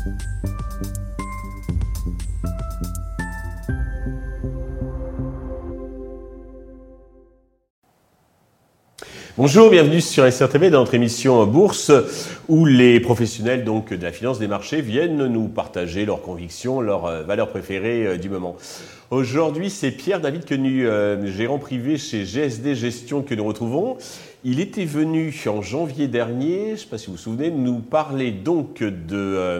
Bonjour, bienvenue sur SRTV dans notre émission Bourse où les professionnels donc, de la finance des marchés viennent nous partager leurs convictions, leurs valeurs préférées du moment. Aujourd'hui, c'est Pierre-David Quenu, gérant privé chez GSD Gestion que nous retrouvons. Il était venu en janvier dernier, je ne sais pas si vous vous souvenez, nous parler donc de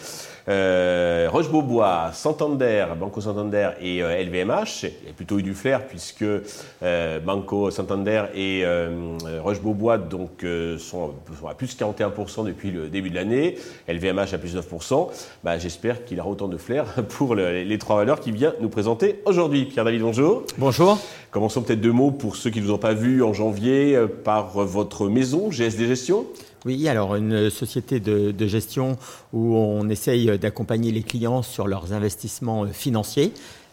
Roche-Beaubois, Santander, Banco Santander et LVMH. Il y a plutôt eu du flair puisque Banco Santander et Roche-Beaubois donc, sont à plus 41% depuis le début de l'année. LVMH à plus 9%. J'espère qu'il aura autant de flair pour les trois valeurs qu'il vient nous présenter aujourd'hui. Pierre-David, bonjour. Bonjour. Commençons peut-être deux mots pour ceux qui ne vous ont pas vu en janvier par votre maison, GSD Gestion. Oui, alors une société de gestion où on essaye d'accompagner les clients sur leurs investissements financiers,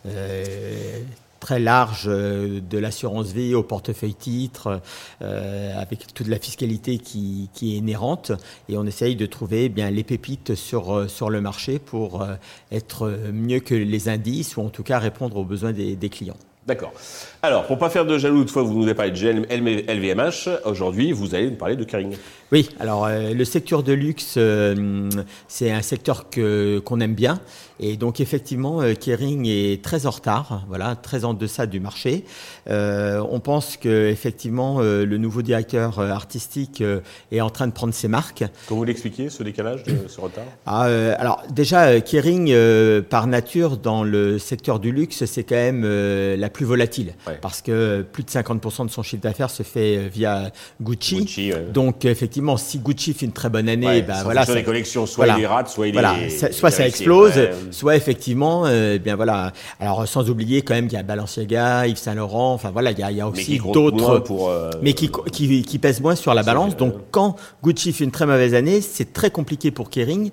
très large, de l'assurance vie au portefeuille titre, avec toute la fiscalité qui est inhérente. Et on essaye de trouver bien les pépites sur le marché pour être mieux que les indices ou en tout cas répondre aux besoins des clients. D'accord. Alors, pour ne pas faire de jaloux, toutefois, vous nous avez parlé de LVMH. Aujourd'hui, vous allez nous parler de Kering. Oui, alors le secteur de luxe, c'est un secteur qu'on aime bien. Et donc, effectivement, Kering est très en retard, voilà, très en deçà du marché. On pense qu'effectivement, le nouveau directeur artistique est en train de prendre ses marques. Comment vous l'expliquez, ce décalage, ce retard ? Alors, déjà, Kering, par nature, dans le secteur du luxe, c'est quand même la plus volatile. Ouais. Parce que plus de 50% de son chiffre d'affaires se fait via Gucci. Ouais. Donc, effectivement, si Gucci fait une très bonne année, voilà, les collections, soit il les rate, soit il soit ça explose, soit effectivement, bien voilà. Alors, sans oublier quand même qu'il y a Balenciaga, Yves Saint Laurent, enfin voilà, il y a aussi d'autres, mais qui pèsent moins sur la balance. Donc, quand Gucci fait une très mauvaise année, c'est très compliqué pour Kering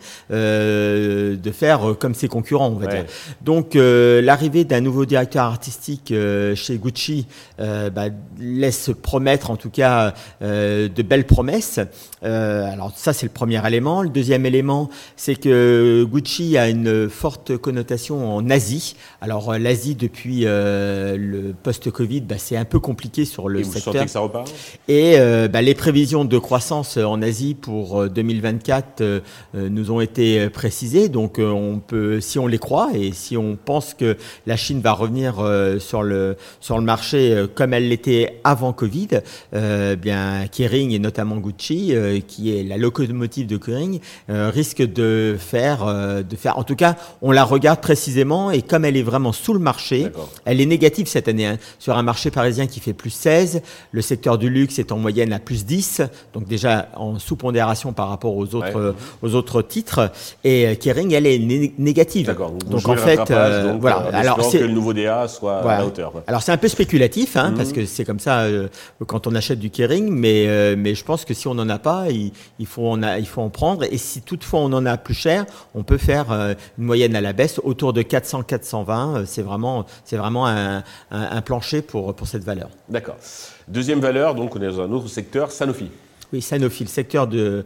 de faire comme ses concurrents, on va dire. Donc, l'arrivée d'un nouveau directeur artistique chez Gucci laisse promettre en tout cas de belles promesses. Alors ça c'est le premier élément. Le deuxième élément, c'est que Gucci a une forte connotation en Asie. Alors l'Asie depuis le post-Covid, c'est un peu compliqué sur le secteur. Vous sentez que ça repart ? Et les prévisions de croissance en Asie pour 2024 nous ont été précisées. Donc on peut, si on les croit et si on pense que la Chine va revenir sur le marché comme elle l'était avant Covid, bien Kering et notamment Gucci, qui est la locomotive de Kering, risque de faire, en tout cas, on la regarde précisément et comme elle est vraiment sous le marché, elle est négative cette année, sur un marché parisien qui fait plus 16, le secteur du luxe est en moyenne à plus 10, donc déjà en sous-pondération par rapport aux autres titres, et Kering, elle est négative. D'accord. Donc en fait, voilà. Alors c'est que le nouveau DA soit à la hauteur. Alors c'est un peu spéculatif, parce que c'est comme ça quand on achète du Kering, mais je pense que si on n'en a pas, il faut en prendre. Et si toutefois on en a plus cher, on peut faire une moyenne à la baisse autour de 400-420. C'est vraiment un plancher pour cette valeur. D'accord. Deuxième valeur, donc on est dans un autre secteur, Sanofi. Oui, Sanofi, le secteur du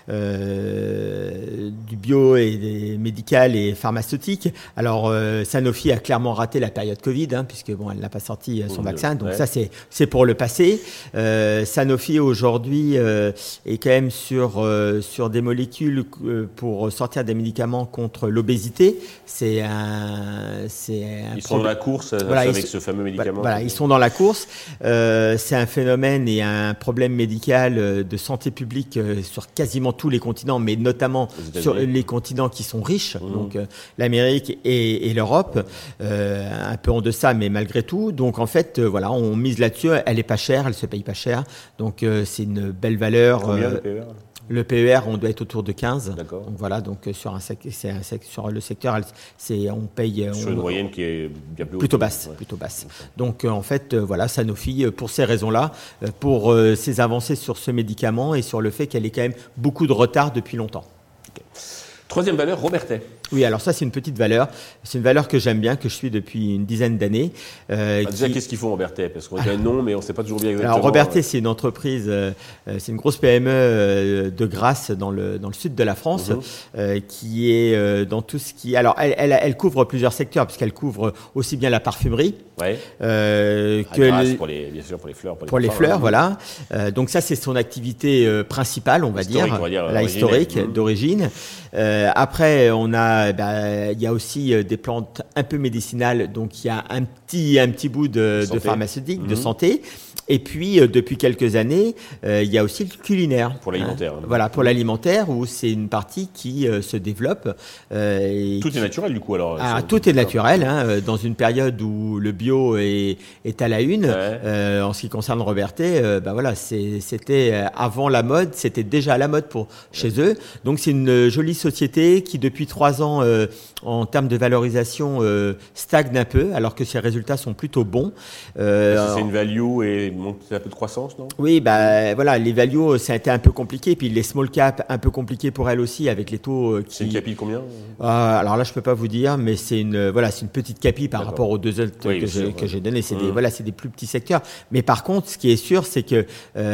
bio et des médical et pharmaceutique. Alors Sanofi a clairement raté la période Covid, puisque elle n'a pas sorti son vaccin. Donc ça c'est pour le passé. Sanofi aujourd'hui est quand même sur des molécules pour sortir des médicaments contre l'obésité. Ils sont dans la course avec ce fameux médicament. Voilà, ils sont dans la course. C'est un phénomène et un problème médical de santé publique sur quasiment tous les continents, mais notamment sur les continents qui sont riches, donc l'Amérique et l'Europe, un peu en deçà, mais malgré tout. Donc en fait, on mise là-dessus. Elle est pas chère, elle se paye pas cher. Donc c'est une belle valeur. Combien le PER ? Le PER, on doit être autour de 15. D'accord. Donc voilà, sur le secteur, on paye sur une moyenne qui est bien plus plutôt basse. Donc en fait, Sanofi, pour ces raisons-là, pour ses avancées sur ce médicament et sur le fait qu'elle ait quand même beaucoup de retard depuis longtemps. Okay. Troisième valeur, Robertet. Oui, alors ça, c'est une petite valeur. C'est une valeur que j'aime bien, que je suis depuis une dizaine d'années. Déjà, qu'est-ce qu'ils font, Robertet? Parce qu'on a un nom, mais on ne sait pas toujours bien exactement. Alors, Robertet, c'est une entreprise, c'est une grosse PME de Grasse dans le sud de la France, qui est dans tout ce qui... Alors, elle couvre plusieurs secteurs, puisqu'elle couvre aussi bien la parfumerie, que Grasse, bien sûr, pour les fleurs. Pour les fleurs, voilà. Donc ça, c'est son activité principale, on va dire, la historique, d'origine. Après, il y a aussi des plantes un peu médicinales, donc il y a un petit bout de pharmaceutique, de santé. Et puis, depuis quelques années, il y a aussi le culinaire. Pour l'alimentaire. Voilà, pour l'alimentaire, où c'est une partie qui se développe. Tout est naturel, du coup, alors. Tout est naturel, dans une période où le bio est à la une. En ce qui concerne Robertet, c'était avant la mode, c'était déjà à la mode chez eux. Donc, c'est une jolie société qui, depuis 3 ans, en termes de valorisation, stagne un peu, alors que ses résultats sont plutôt bons. C'est une value et monter un peu de croissance, non? Oui, les values, ça a été un peu compliqué. Puis les small caps, un peu compliqué pour elles aussi, avec les taux qui... C'est une capi de combien? Alors là, je peux pas vous dire, mais c'est une petite capi par rapport aux 2 autres que j'ai donné. C'est des plus petits secteurs. Mais par contre, ce qui est sûr, c'est que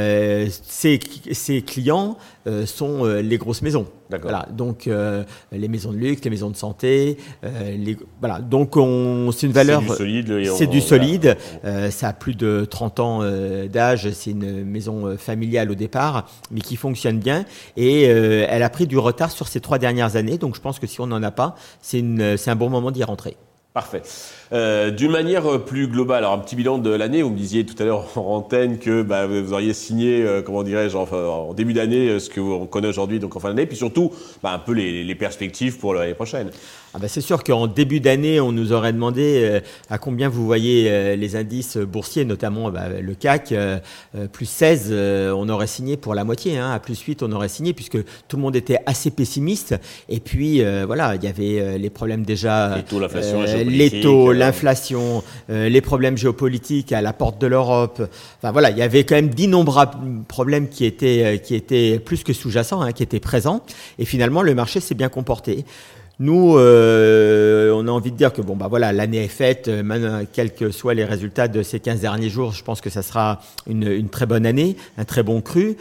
ces clients sont les grosses maisons. Voilà, donc les maisons de luxe, les maisons de santé, donc c'est une valeur. C'est du solide. Ça a plus de 30 ans d'âge. C'est une maison familiale au départ, mais qui fonctionne bien. Et elle a pris du retard sur ces 3 dernières années. Donc je pense que si on n'en a pas, c'est un bon moment d'y rentrer. Parfait. D'une manière plus globale, alors un petit bilan de l'année, vous me disiez tout à l'heure en antenne que vous auriez signé, en début d'année, ce que on connaît aujourd'hui, donc en fin d'année, puis surtout un peu les perspectives pour l'année prochaine. C'est sûr qu'en début d'année, on nous aurait demandé à combien vous voyez les indices boursiers, notamment le CAC, plus 16, on aurait signé pour la moitié, à plus 8, on aurait signé, puisque tout le monde était assez pessimiste. Et puis, il y avait les problèmes déjà... Les taux, l'inflation, les taux, l'inflation, les problèmes géopolitiques à la porte de l'Europe. Il y avait quand même d'innombrables problèmes qui étaient plus que sous-jacents, qui étaient présents. Et finalement, le marché s'est bien comporté. Nous, on a envie de dire que l'année est faite. Maintenant, quels que soient les résultats de ces 15 derniers jours, je pense que ça sera une très bonne année, un très bon cru.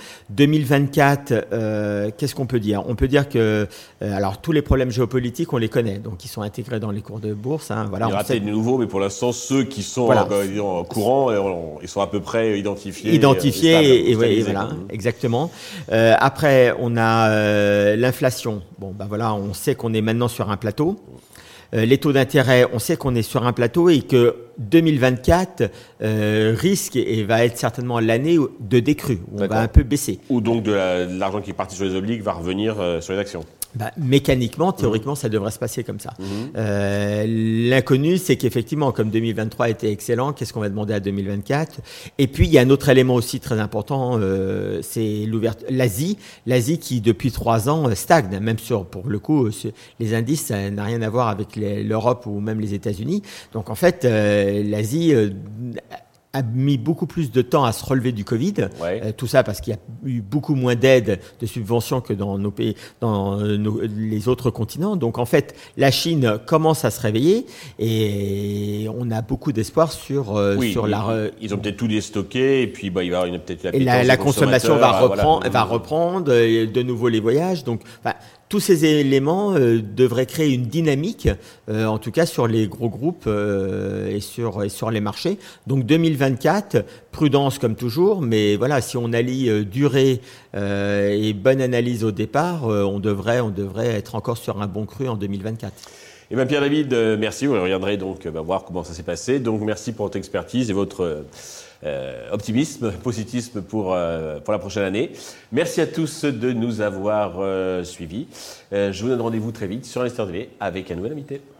2024, qu'est-ce qu'on peut dire? On peut dire que tous les problèmes géopolitiques, on les connaît, donc ils sont intégrés dans les cours de bourse. Il y aura peut-être de nouveaux, mais pour l'instant, ceux qui sont en courant, ils sont à peu près identifiés. Et voilà, exactement. Après, on a l'inflation. On sait qu'on est maintenant sur un plateau. Les taux d'intérêt, on sait qu'on est sur un plateau et que 2024 risque et va être certainement l'année de décrue, où on va un peu baisser. Ou donc de l'argent qui est parti sur les obliques va revenir sur les actions. Mécaniquement, théoriquement, ça devrait se passer comme ça. L'inconnu, c'est qu'effectivement, comme 2023 était excellent, qu'est-ce qu'on va demander à 2024? Et puis, il y a un autre élément aussi très important, c'est l'Asie. L'Asie qui, depuis 3 ans, stagne. Même pour le coup, les indices, ça n'a rien à voir avec l'Europe ou même les États-Unis. Donc, en fait, l'Asie a mis beaucoup plus de temps à se relever du Covid. Tout ça parce qu'il y a eu beaucoup moins d'aides, de subventions que dans nos pays, les autres continents. Donc en fait, la Chine commence à se réveiller et on a beaucoup d'espoir sur la. Ils ont peut-être tout déstocké et puis il va y avoir peut-être la consommation va reprendre, de nouveau les voyages. Donc tous ces éléments devraient créer une dynamique, en tout cas sur les gros groupes et sur les marchés. Donc 2024, prudence comme toujours, mais si on allie durée et bonne analyse au départ, on devrait être encore sur un bon cru en 2024. Eh bien Pierre-David, merci. On reviendrait donc voir comment ça s'est passé. Donc merci pour votre expertise et votre optimisme, positivisme pour la prochaine année. Merci à tous de nous avoir suivis. Je vous donne rendez-vous très vite sur Investir TV avec un nouvel invité.